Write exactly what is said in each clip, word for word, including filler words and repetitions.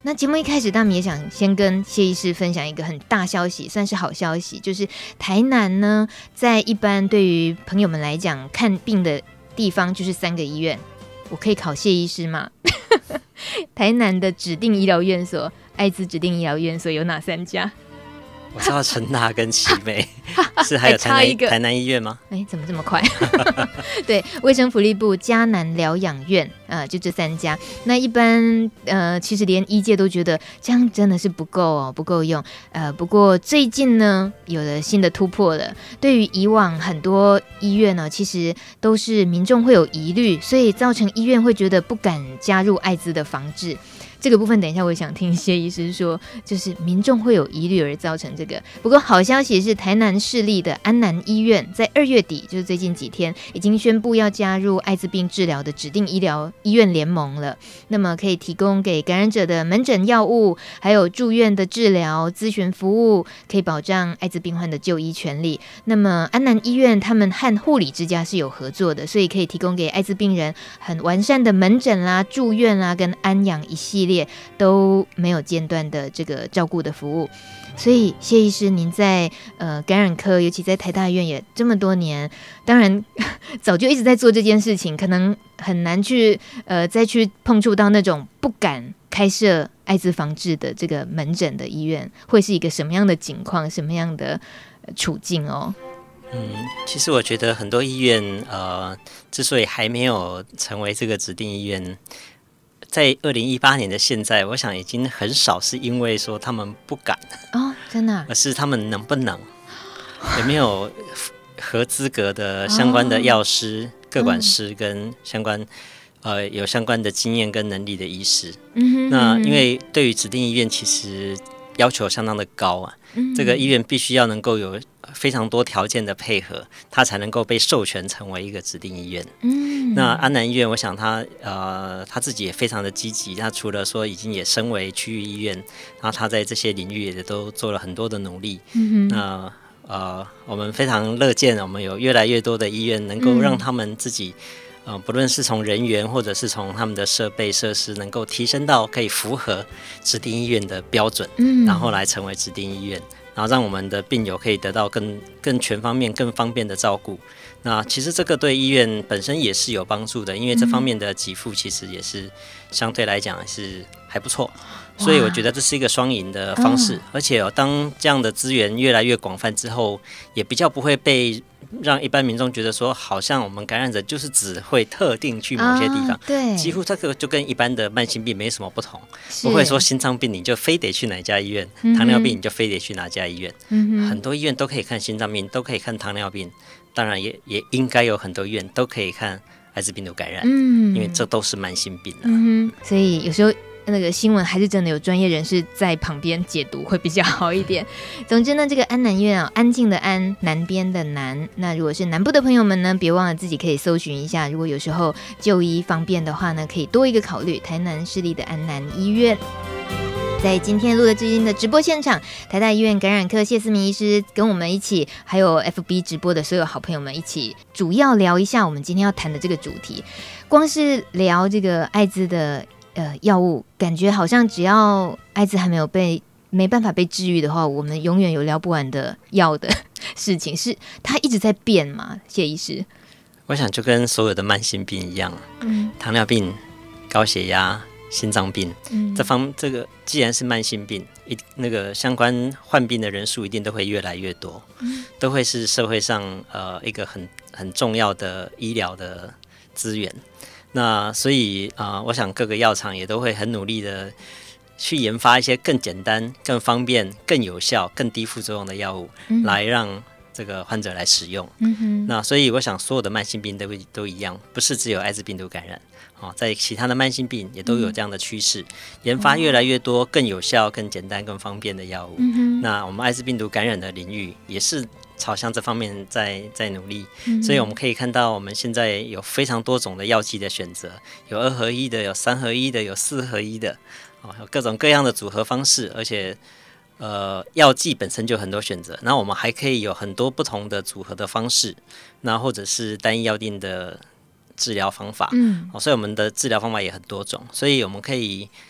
那节目一开始，当然也想先跟谢医师分享一个很大消息，算是好消息，就是台南呢，在一般对于朋友们来讲，看病的地方就是三个医院。我可以考谢医师吗？台南的指定医疗院所，艾滋指定医疗院所有哪三家？ 我知道成大跟奇美，是还有台南台南医院吗？ 哎，怎么这么快？对，卫生福利部嘉南疗养院，呃，就这三家。那一般呃，其实连医界都觉得这样真的是不够哦，不够用。呃，不过最近呢，有了新的突破了。对于以往很多医院呢，其实都是民众会有疑虑，所以造成医院会觉得不敢加入艾滋的防治。这个部分等一下我想听谢医师说，就是民众会有疑虑而造成这个。不过好消息是，台南市立的安南医院在二月底，就是最近几天，已经宣布要加入艾滋病治疗的指定医疗医院联盟了。那么可以提供给感染者的门诊药物，还有住院的治疗咨询服务，可以保障艾滋病患的就医权利。那么安南医院他们和护理之家是有合作的，所以可以提供给艾滋病人很完善的门诊啦、住院啦跟安养一系列都没有间断的这个照顾的服务。所以谢医师您在呃感染科，尤其在台大医院也这么多年，当然早就一直在做这件事情，可能很难去呃再去碰触到那种不敢开设艾滋防治的这个门诊的医院会是一个什么样的情况，什么样的处境哦。 嗯，其实我觉得很多医院呃之所以还没有成为这个指定医院，在二零一八年的现在，我想已经很少是因为说他们不敢哦，真的、啊， 而是他们能不能，有没有合资格的相关的药师、哦、个管师跟相关、嗯、呃有相关的经验跟能力的医师。嗯哼嗯哼，那因为对于指定医院其实要求相当的高啊，嗯、这个医院必须要能够有非常多条件的配合，它才能够被授权成为一个指定医院。嗯，那安南医院，我想他呃他自己也非常的积极，他除了说已经也升为区域医院，然后他在这些领域也都做了很多的努力。嗯，那呃我们非常乐见我们有越来越多的医院能够让他们自己。呃，不论是从人员或者是从他们的设备设施，能够提升到可以符合指定医院的标准，嗯，然后来成为指定医院，然后让我们的病友可以得到更更全方面、更方便的照顾。那其实这个对医院本身也是有帮助的，因为这方面的给付其实也是相对来讲是还不错，所以我觉得这是一个双赢的方式。哦、而且、哦、当这样的资源越来越广泛之后，也比较不会被让一般民众觉得说，好像我们感染者就是只会特定去某些地方，啊、对，几乎这个就跟一般的慢性病没什么不同，不会说心脏病你就非得去哪家医院，嗯、糖尿病你就非得去哪家医院，嗯、很多医院都可以看心脏病，都可以看糖尿病，当然也也应该有很多医院都可以看艾滋病毒感染，嗯、因为这都是慢性病啊， 嗯、所以有时候那个新闻还是真的有专业人士在旁边解读会比较好一点。总之呢，这个安南医院啊，安静的安，南边的南。那如果是南部的朋友们呢，别忘了自己可以搜寻一下，如果有时候就医方便的话呢，可以多一个考虑。台南市立的安南医院。在今天录的最新的直播现场，台大医院感染科谢思明医师跟我们一起，还有 F B 直播的所有好朋友们一起，主要聊一下我们今天要谈的这个主题。光是聊这个艾滋的呃药物，感觉好像只要艾滋还没有被没办法被治愈的话，我们永远有聊不完的药的事情，是它一直在变嘛？谢医师， 我想就跟所有的慢性病一样，嗯，糖尿病、高血压、心脏病，嗯，这方这个既然是慢性病，一那个相关患病的人数一定都会越来越多，嗯，都会是社会上呃一个很很重要的医疗的资源。那所以啊、呃，我想各个药厂也都会很努力的去研发一些更简单、更方便、更有效、更低副作用的药物，嗯、来让这个患者来使用。嗯哼，那所以我想所有的慢性病都都一样，不是只有艾滋病毒感染。哦，在其他的慢性病也都有这样的趋势，嗯、研发越来越多更有效、更简单、更方便的药物。嗯、那我们艾滋病毒感染的领域也是朝向这方面在在努力，嗯、所以我们可以看到我们现在有非常多种的药剂的选择，有二合一的，有三合一的，有四合一的，哦，有各种各样的组合方式，而且呃药剂本身就很多选择，然后我们还可以有很多不同的组合的方式，那或者是单一药定的治疗方法，嗯、哦，所以我们的治疗方法也很多种，所以我们可以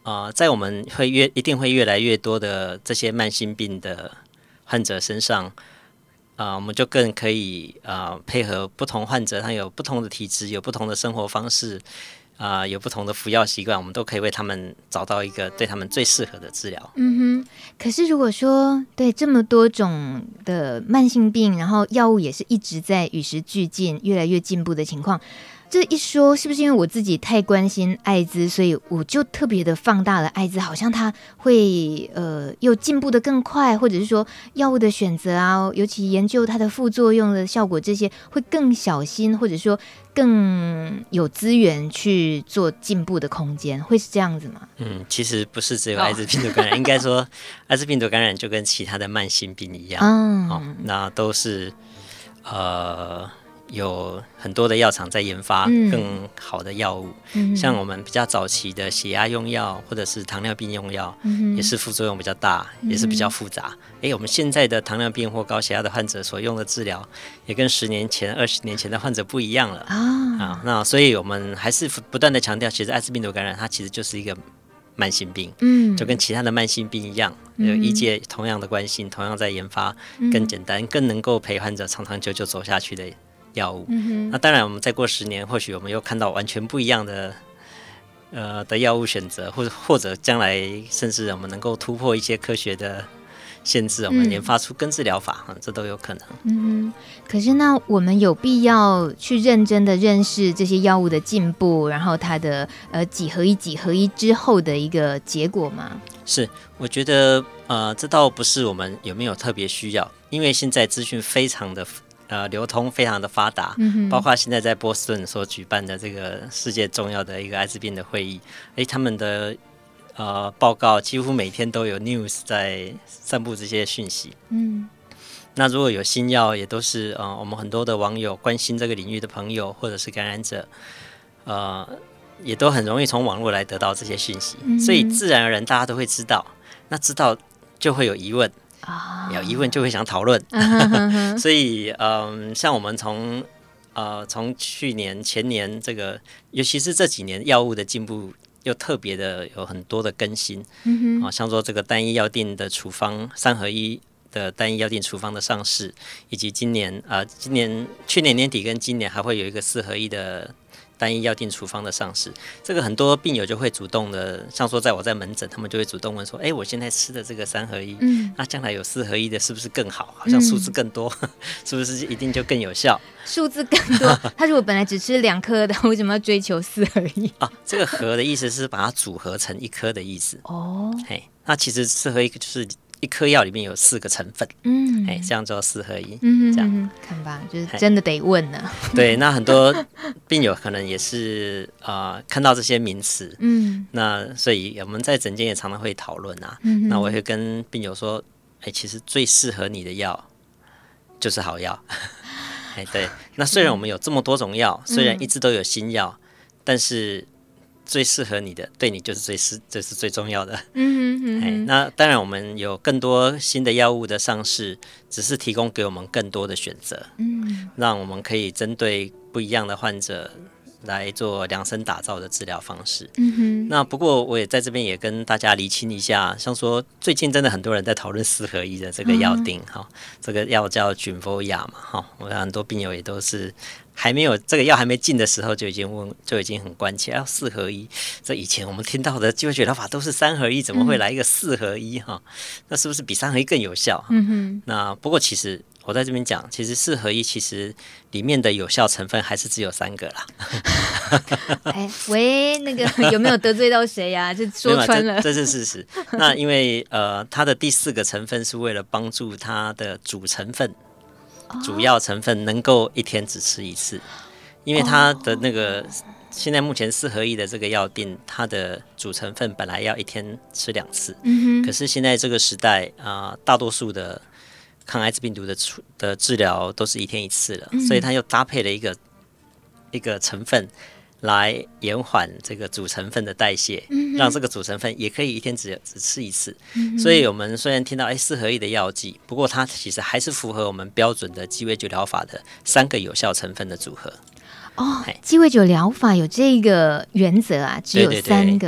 呃，在我们会越一定会越来越多的这些慢性病的患者身上，啊、呃，我们就更可以呃配合不同患者，他有不同的体质，有不同的生活方式，啊、呃，有不同的服药习惯，我们都可以为他们找到一个对他们最适合的治疗。 嗯哼，可是如果说对这么多种的慢性病，然后药物也是一直在与时俱进、越来越进步的情况。这一说是不是因为我自己太关心艾滋，所以我就特别的放大了艾滋，好像它会呃又进步的更快，或者是说药物的选择啊，尤其研究它的副作用的效果这些会更小心，或者说更有资源去做进步的空间，会是这样子吗？ 嗯，其实不是只有艾滋病毒感染，哦、应该说艾滋病毒感染就跟其他的慢性病一样，嗯、哦，那都是呃。有很多的药厂在研发更好的药物、嗯、像我们比较早期的血压用药或者是糖尿病用药、嗯、也是副作用比较大、嗯、也是比较复杂。诶，我们现在的糖尿病或高血压的患者所用的治疗也跟十年前二十年前的患者不一样了、哦、啊，那所以我们还是不断的强调，其实艾滋病毒感染它其实就是一个慢性病，嗯，就跟其他的慢性病一样，有医界同样的关心，同样在研发更简单、更能够陪患者长长久久走下去的药物、嗯、那当然我们再过十年或许我们又看到完全不一样的呃的药物选择，或者或者将来甚至我们能够突破一些科学的限制，我们研发出根治疗法、嗯、这都有可能。 嗯，可是那我们有必要去认真的认识这些药物的进步，然后它的呃几合一几合一之后的一个结果吗？ 是，我觉得呃这倒不是我们有没有特别需要，因为现在资讯非常的呃，流通非常的发达、嗯，包括现在在波士顿所举办的这个世界重要的一个艾滋病的会议，诶，他们的呃报告几乎每天都有 news 在散布这些讯息。嗯，那如果有新药，也都是呃我们很多的网友关心这个领域的朋友或者是感染者，呃，也都很容易从网络来得到这些讯息、嗯，所以自然而然大家都会知道，那知道就会有疑问。Oh. 有疑问就会想讨论、uh-huh, uh-huh. 所以嗯，像我们从呃从去年前年这个，尤其是这几年药物的进步又特别的有很多的更新、mm-hmm. 啊，像说这个单一药定的处方三合一的单一药定处方的上市，以及今年啊、呃、今年去年年底跟今年还会有一个四合一的单一药定处方的上市，这个很多病友就会主动的，像说在我在门诊，他们就会主动问说，哎，我现在吃的这个三合一、嗯、那将来有四合一的是不是更好？好像数字更多、嗯、是不是一定就更有效？ 数字更多，他如果本来只吃两颗的，为什么要追求四合一啊？这个合的意思是把它组合成一颗的意思哦。嘿，那其实四合一就是一颗药里面有四个成分，嗯，哎，这样叫四合一，嗯，这样看吧，就是真的得问呢。 对，那很多病友可能也是呃看到这些名词，嗯，那所以我们在诊间也常常会讨论啊、嗯，那我会跟病友说，哎，其实最适合你的药就是好药，哎，对，那虽然我们有这么多种药，虽然一直都有新药，但是最适合你的，对你就是最是这是最重要的。嗯哼嗯哼，那当然我们有更多新的药物的上市，只是提供给我们更多的选择，嗯，让我们可以针对不一样的患者来做量身打造的治疗方式。嗯哼，那不过我也在这边也跟大家厘清一下，像说最近真的很多人在讨论四合一的这个药定，哈、嗯，这个药叫菌佛雅嘛，哈，我看很多病友也都是。还没有这个药还没进的时候就已经问就已经很关切，要、啊、四合一，这以前我们听到的鸡尾酒疗法都是三合一，怎么会来一个四合一哈、嗯？那是不是比三合一更有效？嗯哼。那不过其实我在这边讲，其实四合一其实里面的有效成分还是只有三个啦。 哎，喂，那个有没有得罪到谁呀、啊？就说穿了， 这, 这是事实。那因为呃，它的第四个成分是为了帮助它的主成分。主要成分能够一天只吃一次，因为它的那个现在目前四合一的这个药定，它的主成分本来要一天吃两次，嗯、可是现在这个时代啊、呃，大多数的抗艾滋病毒的的治疗都是一天一次了，嗯、所以它又搭配了一个一个成分。来延缓这个主成分的代谢、嗯、让这个主成分也可以一天 只, 只吃一次、嗯、所以我们虽然听到哎四合一的药剂，不过它其实还是符合我们标准的鸡尾酒疗法的三个有效成分的组合。 哦，鸡尾酒疗法有这个原则啊，只有三个。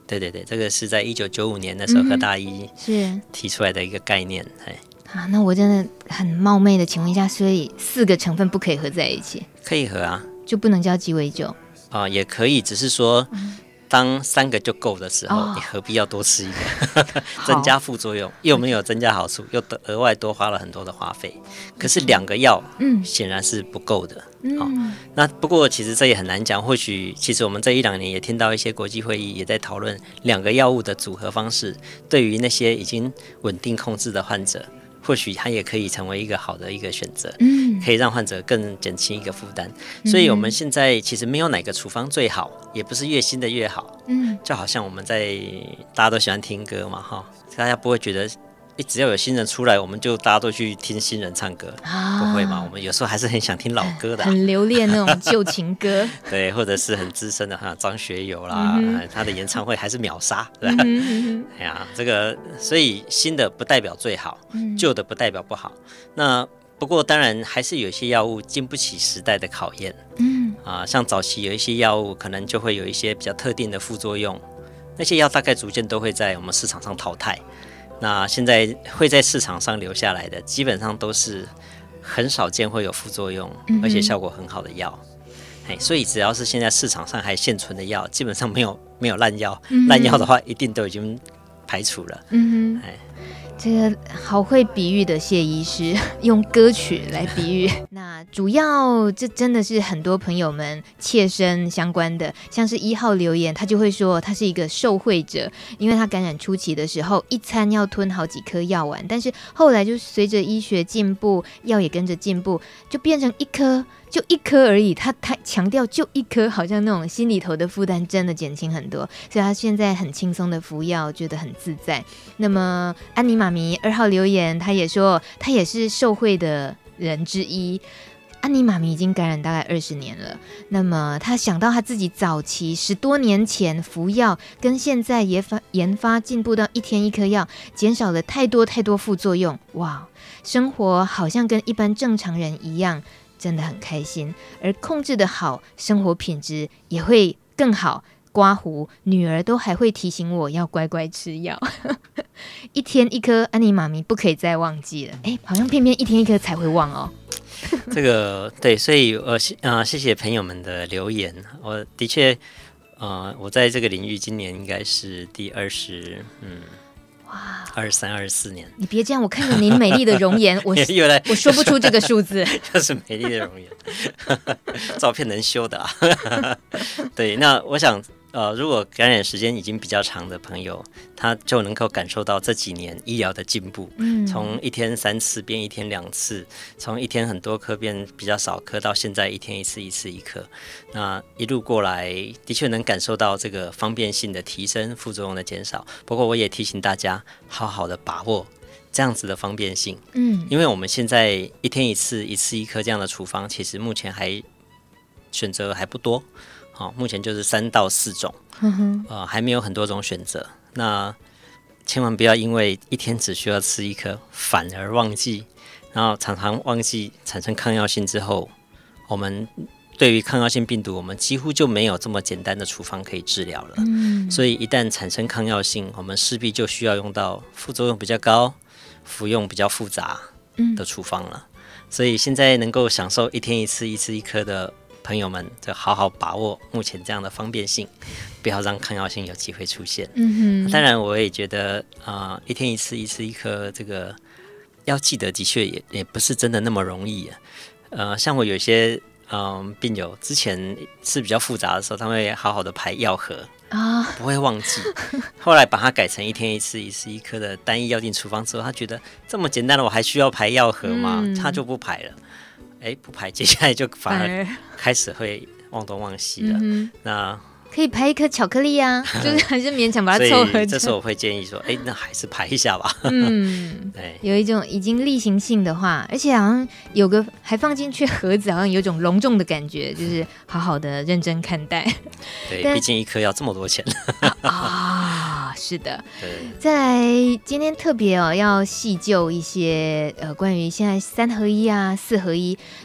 对对对，这个是在一九九五年的时候和大医是提出来的一个概念。 嗯、啊，那我真的很冒昧的请问一下，所以四个成分不可以合在一起？ 可以合啊， 就不能叫鸡尾酒啊、呃？也可以，只是说。嗯当三个就够的时候，哦、你何必要多吃一个？增加副作用又没有增加好处，又额外多花了很多的花费。可是两个药，嗯，显然是不够的。嗯、哦，那不过其实这也很难讲。或许其实我们这一两年也听到一些国际会议也在讨论两个药物的组合方式，对于那些已经稳定控制的患者。或许它也可以成为一个好的一个选择，嗯，可以让患者更减轻一个负担。所以我们现在其实没有哪个处方最好，也不是越新的越好，嗯，就好像我们在大家都喜欢听歌嘛，哈，大家不会觉得。只要有新人出来，我们就大家都去听新人唱歌，啊、不会嘛？我们有时候还是很想听老歌的、啊， 很留恋那种旧情歌。 对，或者是很资深的哈，张学友啦，嗯、他的演唱会还是秒杀，对吧？嗯、哎呀，这个所以新的不代表最好，嗯、旧的不代表不好。那不过当然还是有些药物经不起时代的考验，嗯啊，像早期有一些药物可能就会有一些比较特定的副作用，那些药大概逐渐都会在我们市场上淘汰。那现在会在市场上留下来的，基本上都是很少见会有副作用，嗯、而且效果很好的药。所以只要是现在市场上还现存的药，基本上没有没有烂药，嗯、烂药的话一定都已经排除了。嗯哼， 这个好会比喻的谢医师，用歌曲来比喻。那主要这真的是很多朋友们切身相关的，像是一号留言，他就会说他是一个受惠者，因为他感染初期的时候，一餐要吞好几颗药丸，但是后来就随着医学进步，药也跟着进步，就变成一颗。就一颗而已，他他强调就一颗，好像那种心里头的负担真的减轻很多，所以他现在很轻松的服药，觉得很自在。那么安妮妈咪二号留言，他也说他也是受惠的人之一。安妮妈咪已经感染大概二十年了，那么他想到他自己早期十多年前服药，跟现在研发研发进步到一天一颗药，减少了太多太多副作用，哇，生活好像跟一般正常人一样。真的很开心，而控制的好，生活品质也会更好。刮胡，女儿都还会提醒我要乖乖吃药，一天一颗，安妮妈咪不可以再忘记了。哎，好像偏偏一天一颗才会忘哦。 这个对，所以我啊、呃，谢谢朋友们的留言。我的确，呃，我在这个领域今年应该是第二十，嗯。哇，二十三、二十四年， 你别这样，我看着您美丽的容颜，我我说不出这个数字， 就是美丽的容颜，照片能修的啊。对，那我想，呃，如果感染时间已经比较长的朋友，他就能够感受到这几年医疗的进步，嗯，从一天三次变一天两次，从一天很多颗变比较少颗，到现在一天一次，一次一颗。那一路过来，的确能感受到这个方便性的提升，副作用的减少。不过，我也提醒大家，好好的把握这样子的方便性，嗯，因为我们现在一天一次，一次一颗这样的处方，其实目前还选择还不多。好、哦，目前就是三到四种，嗯、呃，还没有很多种选择。那千万不要因为一天只需要吃一颗，反而忘记，然后常常忘记产生抗药性之后，我们对于抗药性病毒，我们几乎就没有这么简单的处方可以治疗了。嗯，所以一旦产生抗药性，我们势必就需要用到副作用比较高、服用比较复杂的处方了。嗯、所以现在能够享受一天一次、一次一颗的朋友们，就好好把握目前这样的方便性，不要让抗药性有机会出现。嗯哼，当然我也觉得啊、呃，一天一次、一次一颗，这个要记得的确也也不是真的那么容易、啊。呃，像我有些嗯病友之前是比较复杂的时候，他会好好的排药盒啊，不会忘记。后来把它改成一天一次、一次一颗的单一药定处方之后，他觉得这么简单的，我还需要排药盒吗？嗯、他就不排了。哎，不排，接下来就反而开始会忘东忘西了。嗯、那可以排一颗巧克力啊，就是还是勉强把它凑合着。 这时候我会建议说，哎，那还是排一下吧。 嗯，对，有一种已经例行性的话，而且好像有个还放进去盒子，好像有种隆重的感觉，就是好好的认真看待。 对，毕竟一颗要这么多钱。 啊，是的。对，再来今天特别哦，要细究一些呃关于现在三合一啊、四合一那。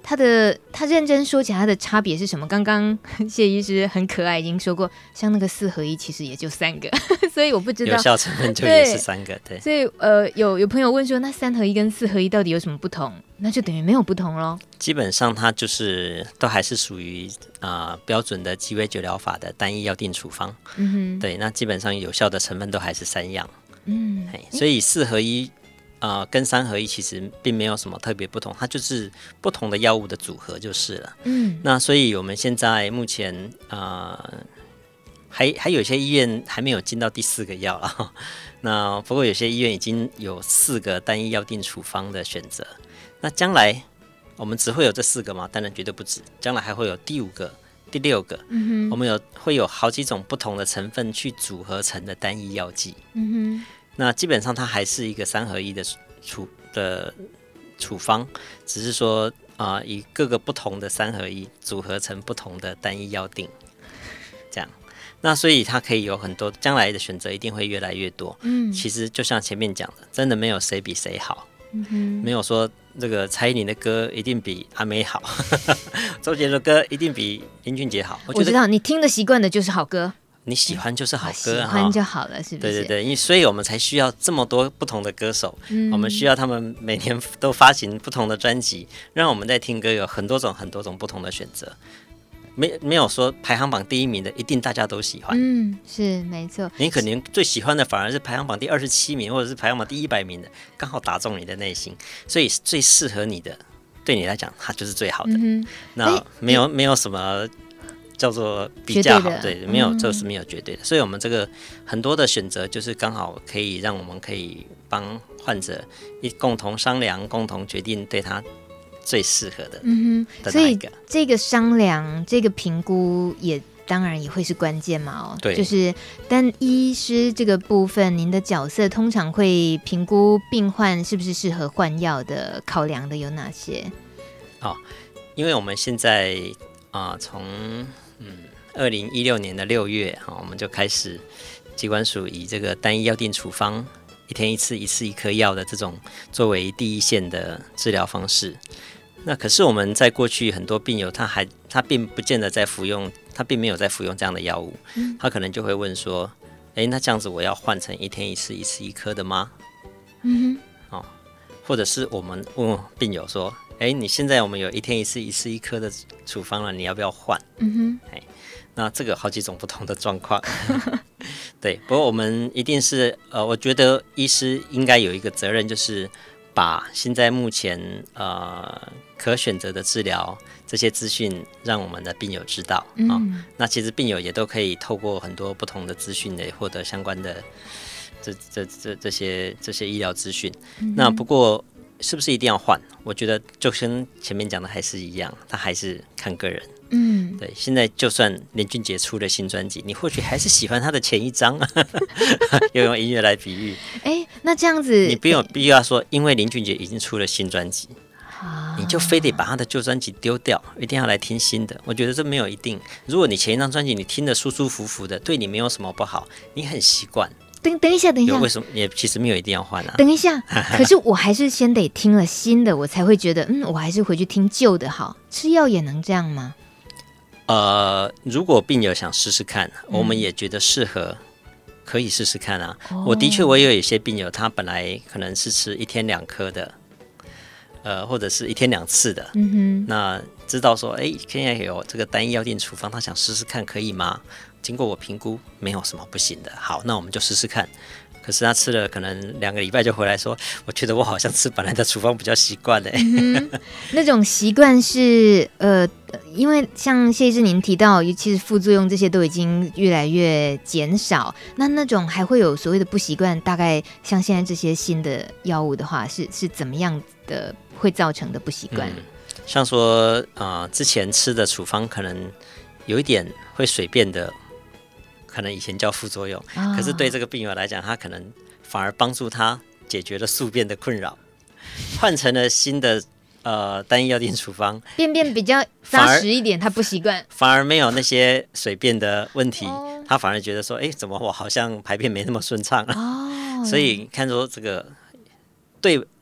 它的它认真说起来，它的差别是什么？刚刚谢医师很可爱，已经说过，像那个四合一其实也就三个，所以我不知道有效成分就也是三个，对。 所以呃，有有朋友问说，那三合一跟四合一到底有什么不同？那就等于没有不同咯。 基本上它就是都还是属于啊、呃、标准的鸡尾酒疗法的单一药定处方。嗯哼，对，那基本上有效的成分都还是三样。嗯，所以四合一呃跟三合一其实并没有什么特别不同，它就是不同的药物的组合就是了。嗯，那所以我们现在目前呃还还有一些医院还没有进到第四个药了。那不过有些医院已经有四个单一药定处方的选择。那将来我们只会有这四个吗？当然绝对不止，将来还会有第五个、第六个，嗯、我们有会有好几种不同的成分去组合成的单一药剂。嗯、那基本上它还是一个三合一的处的处方，只是说啊、呃，以各个不同的三合一组合成不同的单一药定，这样。那所以它可以有很多，将来的选择一定会越来越多。嗯，其实就像前面讲的，真的没有谁比谁好。嗯、没有说这个蔡依林的歌一定比阿妹好，周杰伦的歌一定比林俊杰好。我, 我知道你听的习惯的就是好歌， 你喜欢就是好歌， 喜欢就好了，是不是？ 对对对，因为所以我们才需要这么多不同的歌手，嗯、我们需要他们每年都发行不同的专辑，让我们在听歌有很多种很多种不同的选择。没没有说排行榜第一名的一定大家都喜欢， 嗯，是没错。 你可能最喜欢的反而是排行榜第二十七名，或者是排行榜第一百名的，刚好打中你的内心，所以最适合你的，对你来讲，它就是最好的。嗯、那没有没有什么叫做比较好，对，没有，这、就是没有绝对的。所以我们这个很多的选择，就是刚好可以让我们可以帮患者一共同商量，共同决定对他最适合的，嗯哼， 所以这个商量、这个评估也当然也会是关键嘛，哦， 对， 就是但医师这个部分，您的角色通常会评估病患是不是适合换药的，考量的有哪些？ 哦，因为我们现在啊，从嗯二零一六年的六月啊，我们就开始疾管署以这个单一药定处方。一天一次一次一颗药的这种作为第一线的治疗方式，那可是我们在过去很多病友他还他并不见得在服用，他并没有在服用这样的药物，嗯、他可能就会问说，哎，那这样子我要换成一天一次一次一颗的吗？嗯哼，哦，或者是我们问病友说，哎，你现在我们有一天一次一次一颗的处方了，你要不要换？嗯哼，哎，那这个好几种不同的状况。对，不过我们一定是呃，我觉得医师应该有一个责任，就是把现在目前呃可选择的治疗这些资讯让我们的病友知道啊、嗯哦。那其实病友也都可以透过很多不同的资讯的获得相关的这这这这些这些医疗资讯。嗯、那不过是不是一定要换？我觉得就跟前面讲的还是一样，他还是看个人。嗯，对，现在就算林俊杰出了新专辑，你或许还是喜欢他的前一张，又用音乐来比喻。 哎，那这样子， 你不用必须要说，因为林俊杰已经出了新专辑，啊、你就非得把他的旧专辑丢掉，一定要来听新的。我觉得这没有一定。如果你前一张专辑你听得舒舒服服的，对你没有什么不好，你很习惯。 等等一下，等一下， 为什么也其实没有一定要换啊？ 等一下，可是我还是先得听了新的，我才会觉得，嗯，我还是回去听旧的好。吃药也能这样吗？ 呃，如果病友想试试看，嗯、我们也觉得适合，可以试试看啊。哦、我的确，我也有一些病友，他本来可能是吃一天两颗的，呃，或者是一天两次的。嗯哼，那知道说，哎，现在有这个单一药定处方，他想试试看，可以吗？经过我评估，没有什么不行的。好，那我们就试试看。可是他吃了可能两个礼拜就回来说，我觉得我好像吃本来的处方比较习惯嘞。 嗯、那种习惯是呃，因为像谢医师您提到，其实副作用这些都已经越来越减少。那那种还会有所谓的不习惯，大概像现在这些新的药物的话，是是怎么样的会造成的不习惯？嗯、 像说呃，之前吃的处方可能有一点会水便的。可能以前叫副作用，哦、可是对这个病友来讲，他可能反而帮助他解决了宿便的困扰，换成了新的呃单一药定处方， 便便比较扎实一点，他不习惯， 反而没有那些水便的问题，哦、他反而觉得说，哎，怎么我好像排便没那么顺畅，哦、所以看说这个对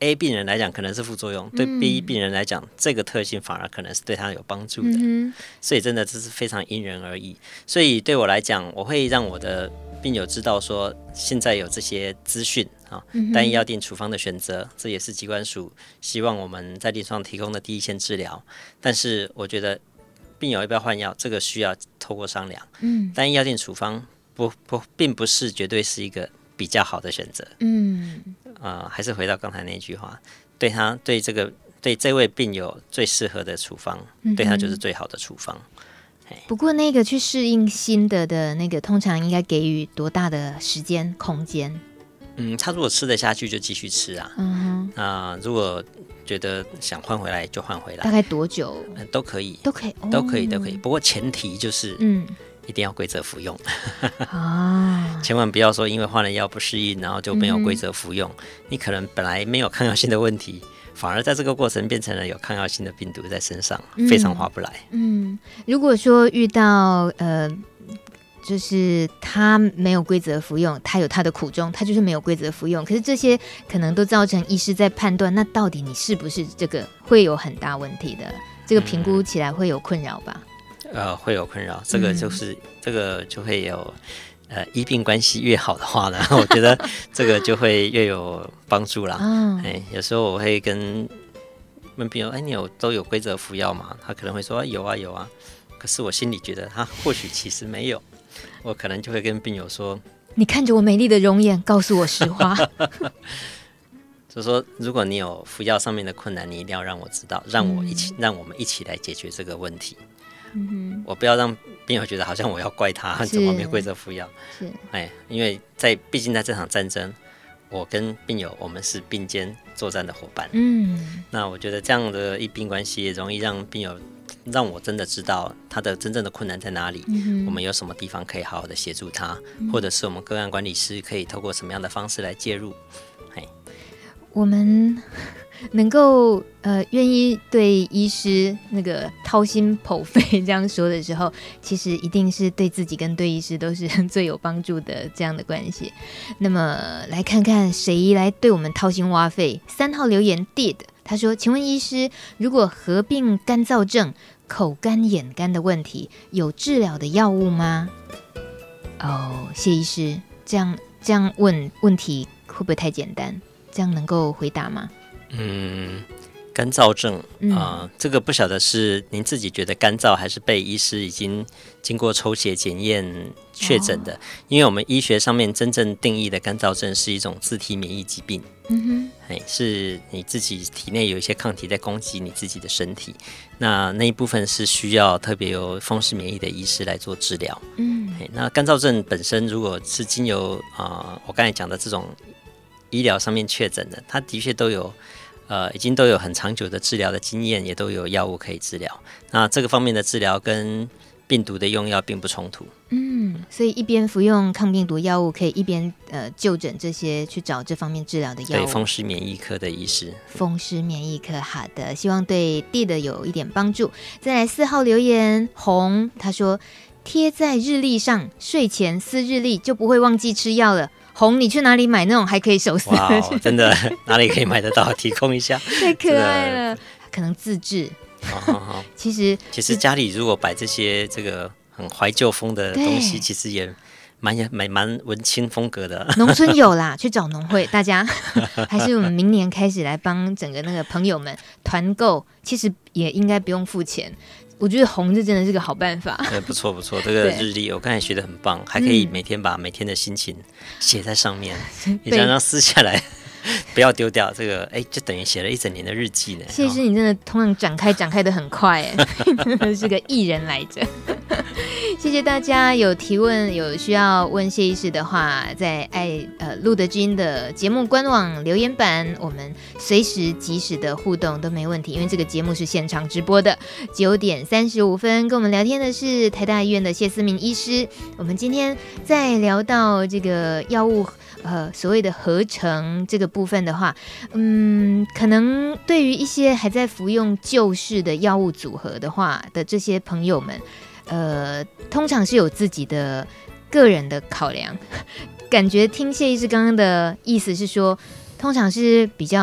A 病人来讲可能是副作用，对 B 病人来讲、嗯、这个特性反而可能是对他有帮助的、嗯、所以真的这是非常因人而异。所以对我来讲，我会让我的病友知道说现在有这些资讯、啊嗯、单一药定处方的选择，这也是疾管署希望我们在临床提供的第一线治疗。但是我觉得病友要不要换药，这个需要透过商量、嗯、单一药定处方不不并不是绝对是一个比较好的选择。嗯，呃，还是回到刚才那句话，对他对这个对这位病友最适合的处方、嗯，对他就是最好的处方。 不过那个去适应新的的那个，通常应该给予多大的时间空间？ 嗯，他如果吃得下去就继续吃啊。嗯哼，啊、呃，如果觉得想换回来就换回来。 大概多久？ 嗯、都可以， 都可以，哦、 都可以，都可以。不过前提就是，嗯。一定要规则服用啊！千万不要说因为换了药不适应，然后就没有规则服用、嗯。你可能本来没有抗药性的问题，反而在这个过程变成了有抗药性的病毒在身上，嗯、非常划不来。 嗯，如果说遇到呃，就是他没有规则服用，他有他的苦衷，他就是没有规则服用。可是这些可能都造成医师在判断，那到底你是不是这个会有很大问题的？这个评估起来会有困扰吧？ 呃，会有困扰，这个就是、嗯、这个就会有，呃，医病关系越好的话呢，我觉得这个就会越有帮助啦。嗯、哎，有时候我会跟问病友，哎，你有都有规则服药吗？他可能会说、啊、有啊有啊，可是我心里觉得他或许其实没有，我可能就会跟病友说， 你看着我美丽的容颜，告诉我实话。 就是说，如果你有服药上面的困难，你一定要让我知道，让我一起，嗯、让我们一起来解决这个问题。嗯、我不要让病友觉得好像我要怪他怎么没规则服药，是哎，因为在毕竟在这场战争，我跟病友我们是并肩作战的伙伴。嗯，那我觉得这样的医病关系也容易让病友让我真的知道他的真正的困难在哪里，嗯、我们有什么地方可以好好的协助他，嗯、或者是我们个案管理师可以透过什么样的方式来介入。哎， 我们能够呃愿意对医师那个掏心剖肺这样说的时候，其实一定是对自己跟对医师都是最有帮助的这样的关系。那么来看看谁来对我们掏心挖肺。三号留言 did 他说，请问医师，如果合并干燥症、口干眼干的问题，有治疗的药物吗？哦，谢医师，这样这样问问题会不会太简单？这样能够回答吗？ 嗯，干燥症啊、嗯呃，这个不晓得是您自己觉得干燥，还是被医师已经经过抽血检验确诊的、哦。因为我们医学上面真正定义的干燥症是一种自体免疫疾病，嗯哼，是你自己体内有一些抗体在攻击你自己的身体，那那一部分是需要特别由风湿免疫的医师来做治疗。嗯，那干燥症本身如果是经由啊、呃，我刚才讲的这种医疗上面确诊的，它的确都有。呃，已经都有很长久的治疗的经验，也都有药物可以治疗。那这个方面的治疗跟病毒的用药并不冲突。 嗯，所以一边服用抗病毒药物，可以一边呃就诊这些去找这方面治疗的药物。 对，风湿免疫科的医师。 风湿免疫科，好的，希望对 D 的有一点帮助。再来四号留言红，他说贴在日历上，睡前撕日历就不会忘记吃药了。红，你去哪里买那种还可以手撕的？ 哇，真的哪里可以买得到？提供一下， 太可爱了。可能自制。好好好，其实其实家里如果摆这些这个很怀旧风的东西，其实也蛮蛮蛮文青风格的。 农村有啦，去找农会，大家还是我们明年开始来帮整个那个朋友们团购，其实也应该不用付钱。我觉得红这真的是个好办法。 对，不错不错，这个日历我刚才学得很棒，还可以每天把每天的心情写在上面，你常常撕下来，不要丢掉。这个哎，就等于写了一整年的日记呢。 谢师，你真的通常展开展开得很快，哎，是个艺人来着。谢谢大家，有提问有需要问谢医师的话，在爱呃路德君的节目官网留言板，我们随时及时的互动都没问题，因为这个节目是现场直播的。九点三十五分跟我们聊天的是台大医院的谢思明医师。我们今天在聊到这个药物呃所谓的合成这个部分的话，嗯，可能对于一些还在服用旧式的药物组合的话的这些朋友们。呃，通常是有自己的个人的考量，感觉听谢医师刚刚的意思是说，通常是比较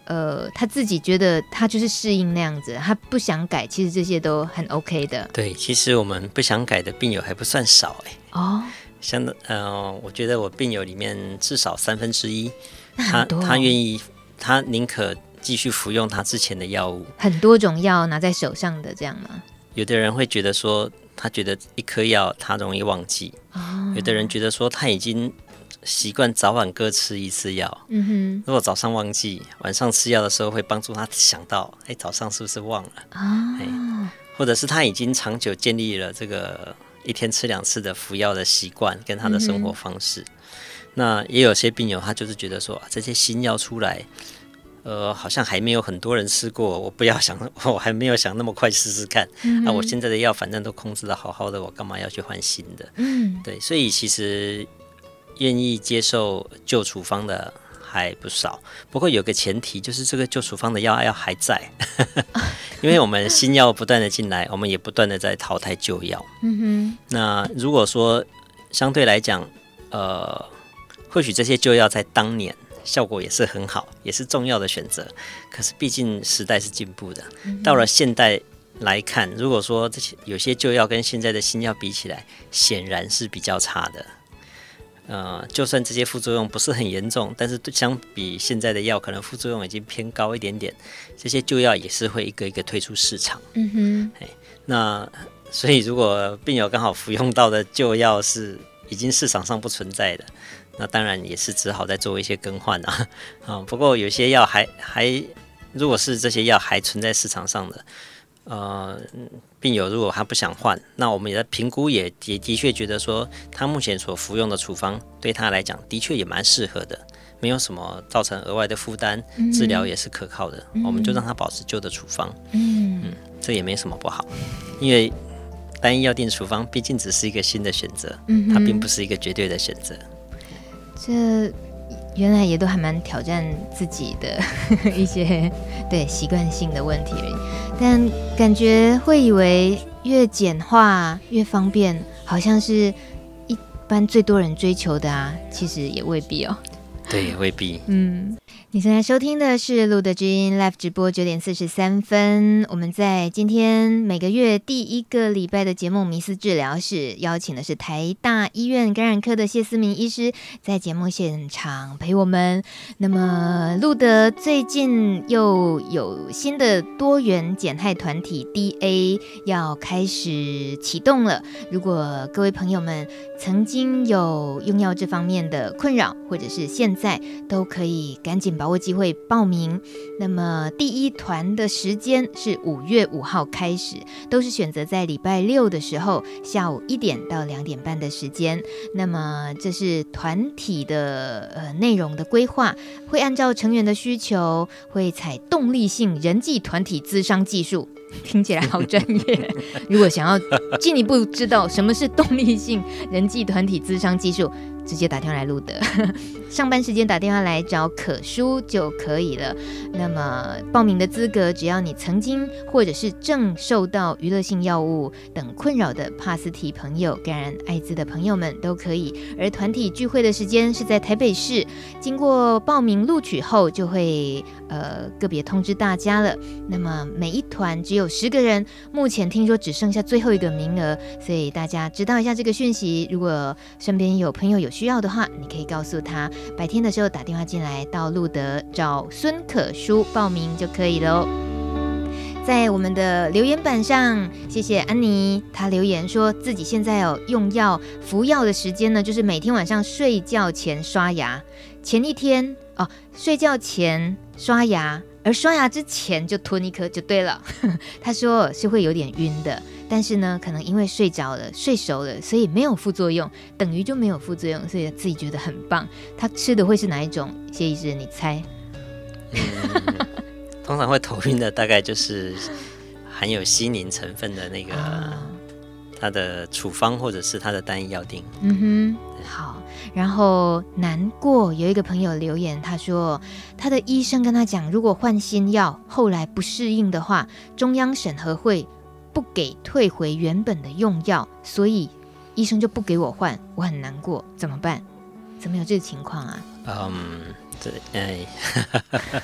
呃，他自己觉得他就是适应那样子，他不想改，其实这些都很 OK 的。 对，其实我们不想改的病友还不算少哎、欸。哦，像呃，我觉得我病友里面至少三分之一，他他愿意，他宁可继续服用他之前的药物。 很多种药拿在手上的这样吗？ 有的人会觉得说，他觉得一颗药他容易忘记。哦，有的人觉得说他已经习惯早晚各吃一次药，嗯哼，如果早上忘记，晚上吃药的时候会帮助他想到，哎、欸，早上是不是忘了？啊、欸，或者是他已经长久建立了这个一天吃两次的服药的习惯跟他的生活方式。嗯、那也有些病友他就是觉得说，啊、这些新药出来，呃，好像还没有很多人吃过，我不要想，我还没有想那么快试试看。嗯、啊，我现在的药反正都控制得好好的，我干嘛要去换新的？嗯，对，所以其实愿意接受旧处方的还不少，不过有个前提，就是这个旧处方的药要还在，因为我们新药不断的进来，我们也不断的在淘汰旧药。嗯哼，那如果说相对来讲，呃，或许这些旧药在当年效果也是很好，也是重要的选择，可是毕竟时代是进步的，嗯、到了现代来看，如果说这些有些旧药跟现在的新药比起来，显然是比较差的。呃，就算这些副作用不是很严重，但是相比现在的药，可能副作用已经偏高一点点，这些旧药也是会一个一个退出市场。嗯哼，那所以如果病友刚好服用到的旧药是已经市场上不存在的，那当然也是只好再做一些更换啊。啊，不过有些药还还，如果是这些药还存在市场上的，呃，病友如果他不想换，那我们也在评估也，也也的确觉得说，他目前所服用的处方对他来讲的确也蛮适合的，没有什么造成额外的负担，嗯、治疗也是可靠的，嗯、我们就让他保持旧的处方。嗯, 嗯，这也没什么不好，因为单一药定处方毕竟只是一个新的选择，嗯、它并不是一个绝对的选择。 这原来也都还蛮挑战自己的一些对习惯性的问题而已，但感觉会以为越简化越方便，好像是一般最多人追求的啊，其实也未必哦。 对，也未必。 嗯，你现在收听的是路德之音 Live 直播九点四十三分。我们在今天每个月第一个礼拜的节目迷思治疗室，邀请的是台大医院感染科的谢思明医师，在节目现场陪我们。那么路德最近又有新的多元减害团体 D A 要开始启动了。如果各位朋友们曾经有用药这方面的困扰，或者是现在都可以赶紧把握机会报名。那么第一团的时间是五月五号开始，都是选择在礼拜六的时候下午一点到两点半的时间。那么这是团体的呃内容的规划，会按照成员的需求，会采动力性人际团体咨商技术。听起来好专业。如果想要进一步知道什么是动力性人际团体咨商技术，直接打电话来路德，上班时间打电话来找可书就可以了。那么报名的资格，只要你曾经或者是正受到娱乐性药物等困扰的帕斯提朋友、感染艾滋的朋友们都可以。而团体聚会的时间是在台北市，经过报名录取后就会呃个别通知大家了。那么每一团只有十个人，目前听说只剩下最后一个名额，所以大家知道一下这个讯息。如果身边有朋友有需要的话，你可以告诉他，白天的时候打电话进来到路德找孙可书报名就可以了。在我们的留言板上，谢谢安妮，她留言说自己现在有用药服药的时间呢，就是每天晚上睡觉前刷牙，前一天哦，睡觉前刷牙，而刷牙之前就吞一颗就对了。他说是会有点晕的，但是呢，可能因为睡着了、睡熟了，所以没有副作用，等于就没有副作用，所以自己觉得很棒。他吃的会是哪一种？谢医师，你猜？ 嗯，通常会头晕的大概就是含有西宁成分的那个，啊、它的处方或者是它的单一药定。嗯哼，好。然后难过有一个朋友留言，他说他的医生跟他讲，如果换新药后来不适应的话，中央审核会不给退回原本的用药，所以医生就不给我换，我很难过，怎么办？怎么有这个情况啊？ 嗯，对，哎，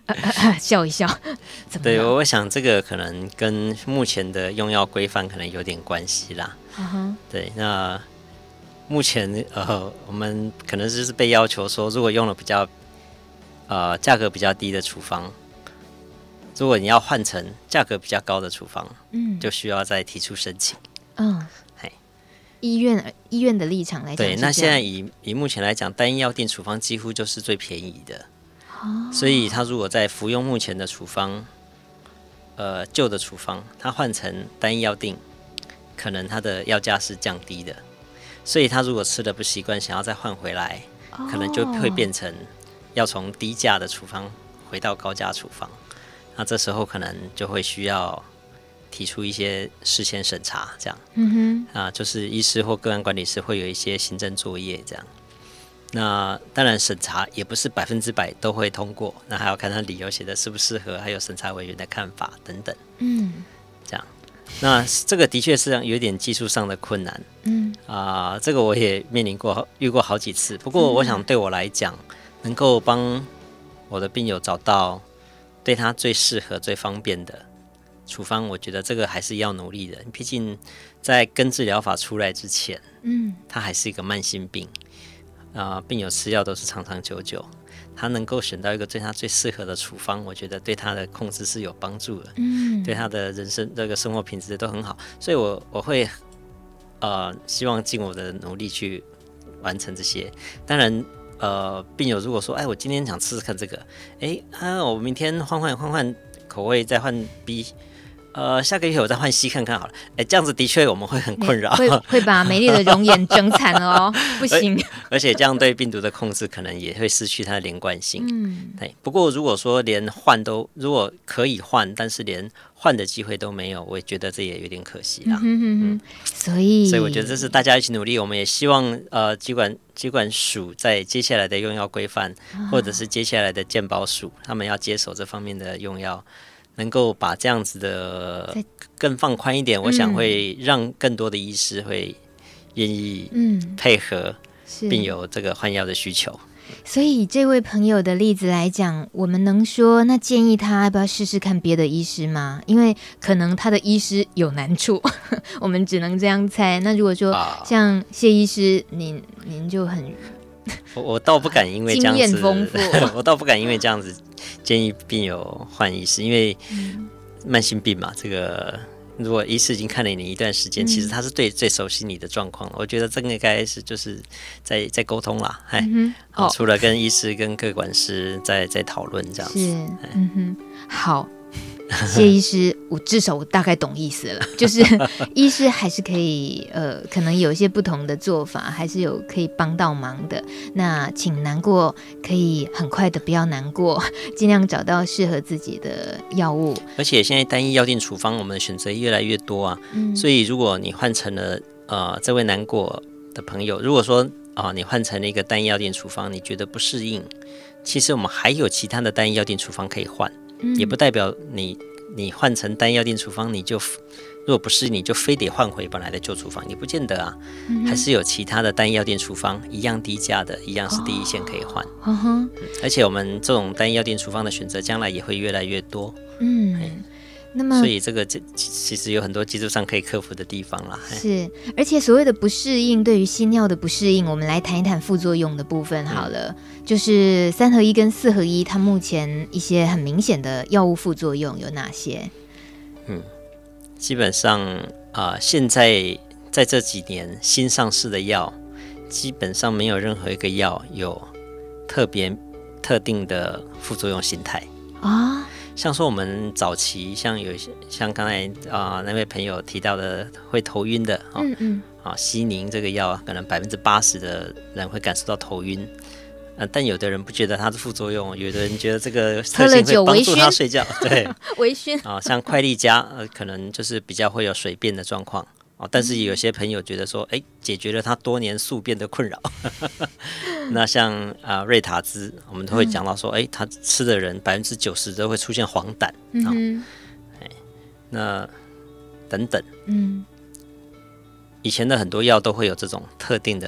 啊啊啊、笑一笑。怎么对，我想这个可能跟目前的用药规范可能有点关系啦。Uh-huh. 对，那目前呃，我们可能就是被要求说，如果用了比较呃价格比较低的处方，如果你要换成价格比较高的处方，嗯，就需要再提出申请。嗯， 医院医院的立场来讲， 对，那现在以以目前来讲，单一药定处方几乎就是最便宜的。哦，所以他如果在服用目前的处方，呃旧的处方，他换成单一药定，可能他的药价是降低的。所以他如果吃的不习惯，想要再换回来，哦，可能就会变成要从低价的处方回到高价处方。那这时候可能就会需要提出一些事先审查，这样，嗯哼，啊，就是医师或个案管理师会有一些行政作业，这样。那当然审查也不是百分之百都会通过，那还要看他理由写的适不适合，还有审查委员的看法等等，嗯，这样。那这个的确是有点技术上的困难，嗯，啊，呃，这个我也面临过，遇过好几次。不过我想对我来讲，能够帮我的病友找到对他最适合、最方便的处方，我觉得这个还是要努力的。毕竟在根治疗法出来之前，嗯，它还是一个慢性病，啊，呃，病友吃药都是长长久久。他能够选到一个对他最适合的处方，我觉得对他的控制是有帮助的，嗯，对他的人生这个生活品质都很好，所以我我会呃希望尽我的努力去完成这些。当然，呃，病友如果说，哎，我今天想试试看这个，哎啊，我明天换换换换口味，再换 B。呃，下个月我再换 C 看看好了。哎，这样子的确我们会很困扰， 会会把美丽的容颜整惨了哦，不行。 而, 而且这样对病毒的控制可能也会失去它的连贯性。嗯，对。不过如果说连换都，如果可以换，但是连换的机会都没有，我也觉得这也有点可惜啦。嗯哼哼哼， 嗯，所以所以我觉得这是大家一起努力，我们也希望呃，疾管疾管署在接下来的用药规范，啊，或者是接下来的健保署，他们要接手这方面的用药。能够把这样子的更放宽一点，我想会让更多的医师会愿意配合病友这个换药的需求。 所以以这位朋友的例子来讲，我们能说那建议他要不要试试看别的医师吗？因为可能他的医师有难处，我们只能这样猜。那如果说像谢医师，您您就很我我倒不敢因为这样子， 经验丰富我倒不敢因为这样子建议病友换医师，因为慢性病嘛，这个如果医师已经看了你一段时间，嗯，其实他是对最熟悉你的状况了。我觉得这个应该是就是在在沟通啦，哎，嗯哦，除了跟医师跟个管师在在讨论这样子， 是，嗯哼，好。谢医师，我至少我大概懂意思了，就是医师还是可以，呃，可能有一些不同的做法，还是有可以帮到忙的。那请难过可以很快的不要难过，尽量找到适合自己的药物。 而且现在单一药定处方，我们的选择越来越多啊，嗯，所以如果你换成了呃这位难过的朋友，如果说啊，呃、你换成了一个单一药定处方，你觉得不适应，其实我们还有其他的单一药定处方可以换。也不代表你你换成单药定处方，你就如果不是你就非得换回本来的旧处方，也不见得啊，嗯，还是有其他的单药定处方一样低价的，一样是第一线可以换，哦嗯，而且我们这种单药定处方的选择将来也会越来越多，嗯，那么所以这个其实有很多技术上可以克服的地方啦。 是，而且所谓的不适应，对于新药的不适应，我们来谈一谈副作用的部分好了。嗯，就是三合一跟四合一，它目前一些很明显的药物副作用有哪些？ 嗯，基本上啊，呃，现在在这几年新上市的药，基本上没有任何一个药有特别特定的副作用形态啊。像说我们早期像有些像刚才啊，呃、那位朋友提到的会头晕的，哦，嗯嗯，啊，西宁这个药可能百分之八十的人会感受到头晕，呃，但有的人不觉得它是副作用，有的人觉得这个特性会帮助他睡觉，对， 微醺啊，像快利佳，呃，可能就是比较会有水便的状况。哦，但是有些朋友觉得说，哎，解决了他多年宿便的困扰。那像啊，呃、瑞塔兹，我们都会讲到说，哎，他吃的人百分之九十都会出现黄疸，嗯，哦，那等等，嗯，以前的很多药都会有这种特定的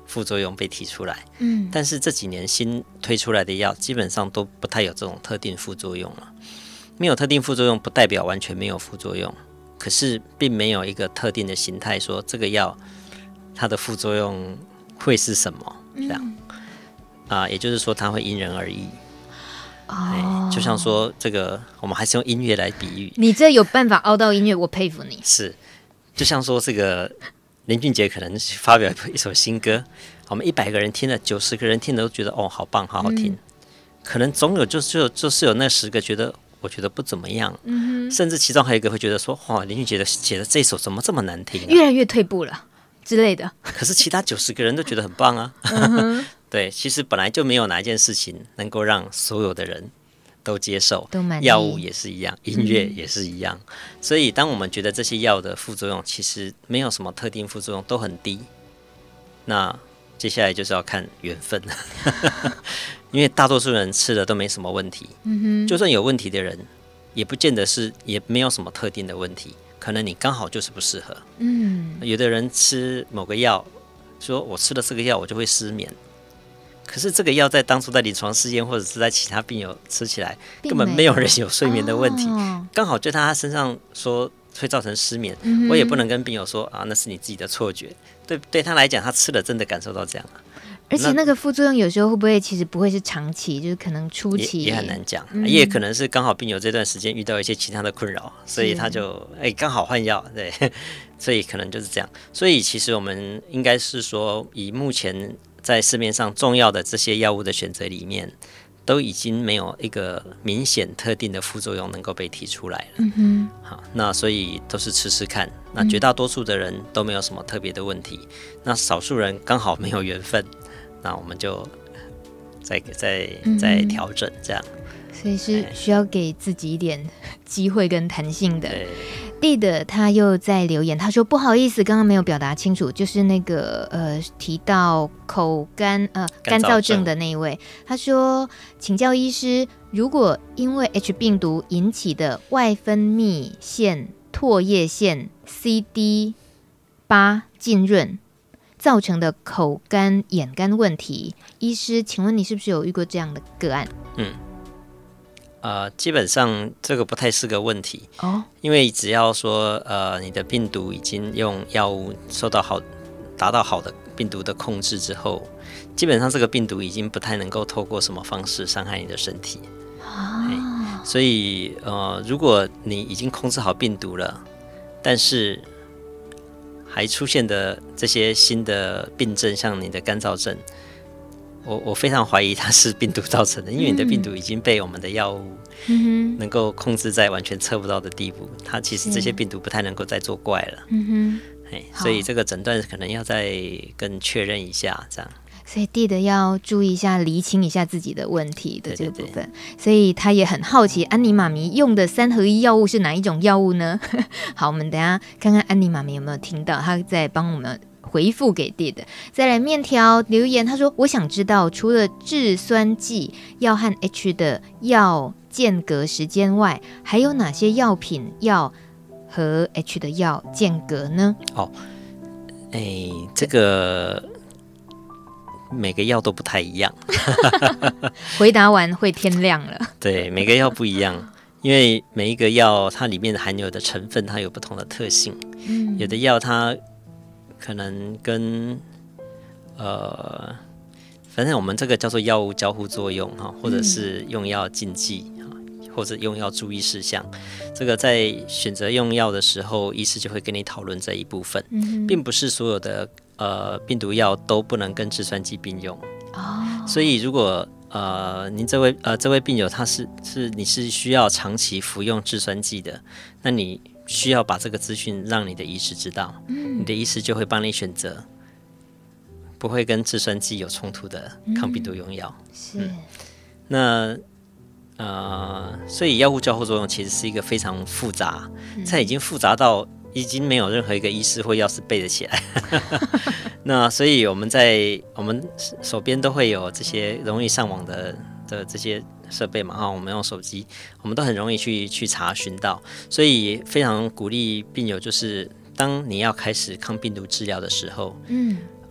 副作用被提出来。嗯，但是这几年新推出来的药基本上都不太有这种特定副作用了。没有特定副作用不代表完全没有副作用，可是并没有一个特定的形态说这个药它的副作用会是什么，这样啊、呃，也就是说它会因人而异。哦，就像说这个，我们还是用音乐来比喻。 你这有办法凹到音乐，我佩服你。 是，就像说这个林俊杰可能发表一首新歌，我们一百个人听了，九十个人听了都觉得哦，好棒，好好听。嗯、可能总有就就就是有那十个觉得。我觉得不怎么样，嗯、甚至其中还有一个会觉得说：“哇，林俊杰的写的这首怎么这么难听、啊？ 越来越退步了之类的。” 可是其他九十个人都觉得很棒啊。嗯、对，其实本来就没有哪一件事情能够让所有的人都接受，药物也是一样，音乐也是一样。嗯、所以，当我们觉得这些药的副作用其实没有什么特定副作用，都很低，那接下来就是要看缘分。因为大多数人吃的都没什么问题，嗯、就算有问题的人，也不见得是，也没有什么特定的问题，可能你刚好就是不适合。嗯，有的人吃某个药，说我吃了这个药我就会失眠，可是这个药在当初在临床试验或者是在其他病友吃起来，根本没有人有睡眠的问题，刚、哦、好就在他身上说会造成失眠，嗯、我也不能跟病友说啊，那是你自己的错觉，对对他来讲，他吃了真的感受到这样啊。 而且那个副作用有时候会不会其实不会是长期，就是可能初期也, 也很难讲、嗯，也可能是刚好病友这段时间遇到一些其他的困扰，所以他就哎刚好换药，对，所以可能就是这样。所以其实我们应该是说，以目前在市面上重要的这些药物的选择里面，都已经没有一个明显特定的副作用能够被提出来了。嗯哼，好，那所以都是吃吃看。那绝大多数的人都没有什么特别的问题，那少数人刚好没有缘分。那我们就再再再调整，这样、嗯， 所以是需要给自己一点机会跟弹性的。弟的他又在留言，他说不好意思，刚刚没有表达清楚，就是那个呃提到口干呃干燥症的那一位，他说请教医师，如果因为 H 病毒引起的外分泌腺唾液腺 C D 八浸润。造成的口干眼干问题，医师，请问你是不是有遇过这样的个案？ 嗯，呃，基本上这个不太是个问题哦，因为只要说呃你的病毒已经用药物受到好达到好的病毒的控制之后，基本上这个病毒已经不太能够透过什么方式伤害你的身体哦。所以呃，如果你已经控制好病毒了，但是还出现的这些新的病症，像你的干燥症，我我非常怀疑它是病毒造成的，因为你的病毒已经被我们的药物能够控制在完全测不到的地步，它其实这些病毒不太能够再作怪了。嗯哼，所以这个诊断可能要再更确认一下，这样。 所以弟的要注意一下，厘清一下自己的问题的这个部分。对对对，所以他也很好奇，安妮妈咪用的三合一药物是哪一种药物呢？好，我们等一下看看安妮妈咪有没有听到，她在帮我们回复给弟的。再来面条留言，他说：“我想知道，除了制酸剂要和 H 的药间隔时间外，还有哪些药品要和 H 的药间隔呢？” 哦，哎，这个。每个药都不太一样。 回答完会天亮了。 对，每个药不一样，因为每一个药它里面含有的成分它有不同的特性。嗯，有的药它可能跟呃，反正我们这个叫做药物交互作用哈，或者是用药禁忌或者用药注意事项。这个在选择用药的时候，医师就会跟你讨论这一部分，嗯、并不是所有的。呃，病毒药都不能跟制酸剂并用哦，所以如果呃您这位呃这位病友他是是你是需要长期服用制酸剂的，那你需要把这个资讯让你的医师知道，嗯，你的医师就会帮你选择不会跟制酸剂有冲突的抗病毒用药。嗯、是，嗯、那呃，所以药物交互作用其实是一个非常复杂，嗯、它已经复杂到。已经没有任何一个医师或药师背得起来。那所以我们在我们手边都会有这些容易上网的的这些设备嘛，哈，我们用手机，我们都很容易去去查询到，所以非常鼓励病友，就是当你要开始抗病毒治疗的时候，嗯，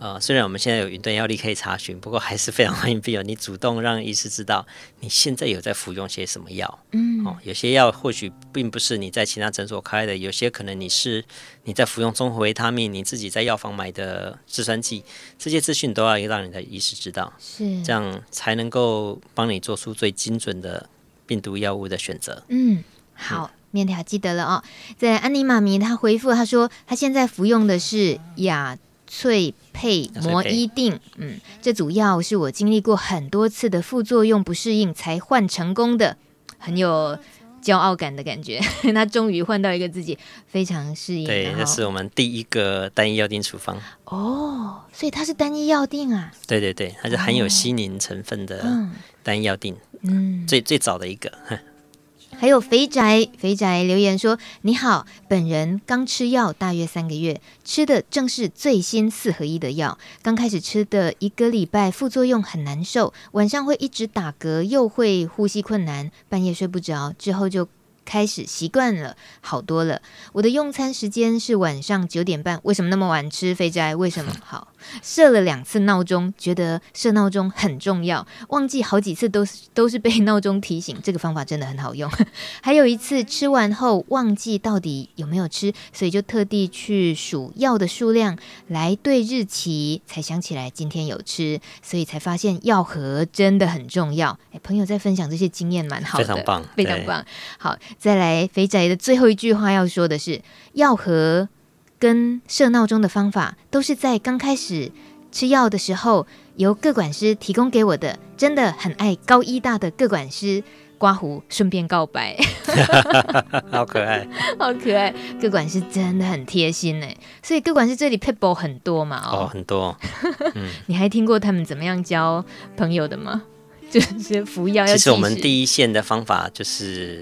呃，虽然我们现在有云端药历可以查询，不过还是非常欢迎病友你主动让医师知道你现在有在服用些什么药。嗯，哦，有些药或许并不是你在其他诊所开的，有些可能你是你在服用综合维他命，你自己在药房买的制酸剂，这些资讯都要让你的医师知道，是这样才能够帮你做出最精准的病毒药物的选择。 嗯，好。嗯，面条记得了哦。在安妮妈咪她回复她说，她现在服用的是亚翠佩摩伊定，嗯，这组药是我经历过很多次的副作用不适应才换成功的，很有骄傲感的感觉。他终于换到一个自己非常适应。 对，那是我们第一个单一药定处方。 哦，所以它是单一药定啊？ 对对对，它是含有西宁成分的单一药定，嗯，最最早的一个。 还有肥宅，肥宅留言说：你好，本人刚吃药大约三个月，吃的正是最新四合一的药。刚开始吃的一个礼拜，副作用很难受，晚上会一直打嗝，又会呼吸困难，半夜睡不着，之后就开始习惯了，好多了。我的用餐时间是晚上九点半，为什么那么晚吃？肥宅为什么？好，设了两次闹钟，觉得设闹钟很重要，忘记好几次都是都是被闹钟提醒，这个方法真的很好用。还有一次吃完后忘记到底有没有吃，所以就特地去数药的数量来对日期，才想起来今天有吃，所以才发现药盒真的很重要。哎，朋友在分享这些经验蛮好的， 非常棒， 非常棒。好，再来肥宅的最后一句话要说的是，药盒跟设闹钟的方法都是在刚开始吃药的时候由个管师提供给我的，真的很爱高医大的个管师，刮胡顺便告白。 好可爱， 好可爱，个管师真的很贴心耶，所以个管师这里 people 很多嘛。 哦, 哦很多、 嗯、你还听过他们怎么样交朋友的吗？就是服药要其实我们第一线的方法就是，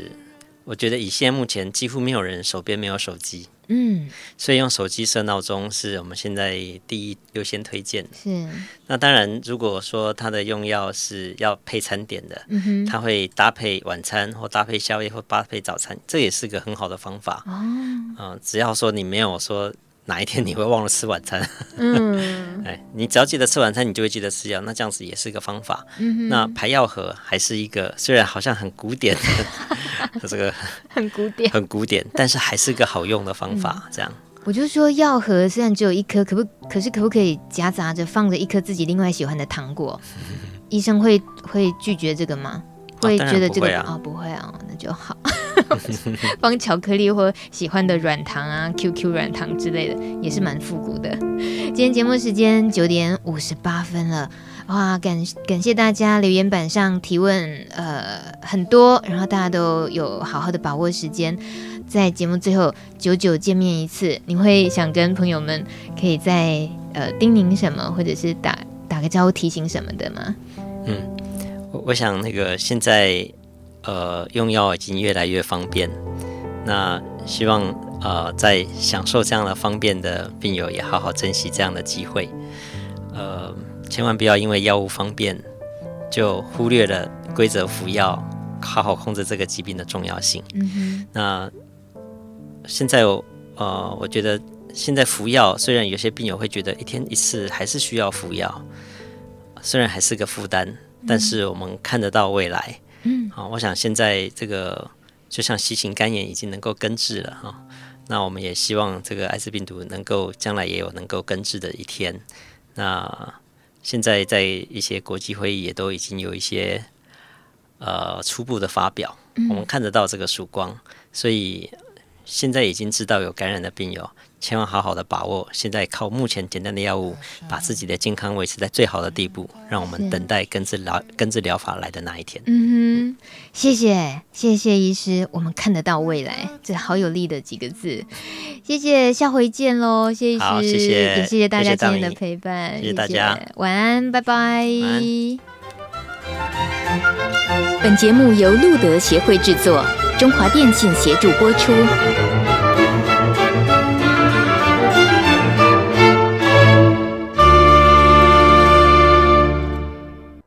我觉得以现在目前几乎没有人手边没有手机，嗯，所以用手机设闹钟是我们现在第一优先推荐的。是，那当然，如果说它的用药是要配餐点的，嗯、它会搭配晚餐或搭配宵夜或搭配早餐，这也是个很好的方法。哦，呃、只要说你没有说哪一天你会忘了吃晚餐，嗯，哎，你只要记得吃晚餐，你就会记得吃药，那这样子也是一个方法。嗯、那排药盒还是一个虽然好像很古典的这个很古典很古典，但是还是个好用的方法。嗯、这样， 我就说药盒虽然只有一颗，可不可是可不可以夹杂着放着一颗自己另外喜欢的糖果？医生会会拒绝这个吗？会觉得这个啊、哦、不会啊，那就好。放巧克力或喜欢的软糖啊 ，Q Q 软糖之类的，也是蛮复古的。今天节目时间九点五十八分了，哇，感感谢大家留言板上提问，呃，很多，然后大家都有好好的把握时间。在节目最后久久见面一次，你会想跟朋友们可以再呃叮咛什么，或者是打打个招呼提醒什么的吗？ 嗯，我我想那个现在。呃，用药已经越来越方便，那希望呃，在享受这样的方便的病友也好好珍惜这样的机会，呃，千万不要因为药物方便就忽略了规则服药，好好控制这个疾病的重要性。嗯哼，那现在呃，我觉得现在服药，虽然有些病友会觉得一天一次还是需要服药，虽然还是个负担，但是我们看得到未来。嗯，好，我想现在这个就像新型肝炎已经能够根治了哈，那我们也希望这个艾滋病毒能够将来也有能够根治的一天。那现在在一些国际会议也都已经有一些呃初步的发表，嗯、我们看得到这个曙光，所以现在已经知道有感染的病友，千万好好的把握，现在靠目前简单的药物，把自己的健康维持在最好的地步，让我们等待根治疗根治疗法来的那一天。 嗯哼，谢谢谢谢医师，我们看得到未来，这好有力的几个字。谢谢，下回见喽，谢谢医师， 好，谢谢， 也谢谢大家今天的陪伴， 谢谢大家，谢谢， 晚安，拜拜。 晚安。 本节目由路德协会制作，中华电信协助播出。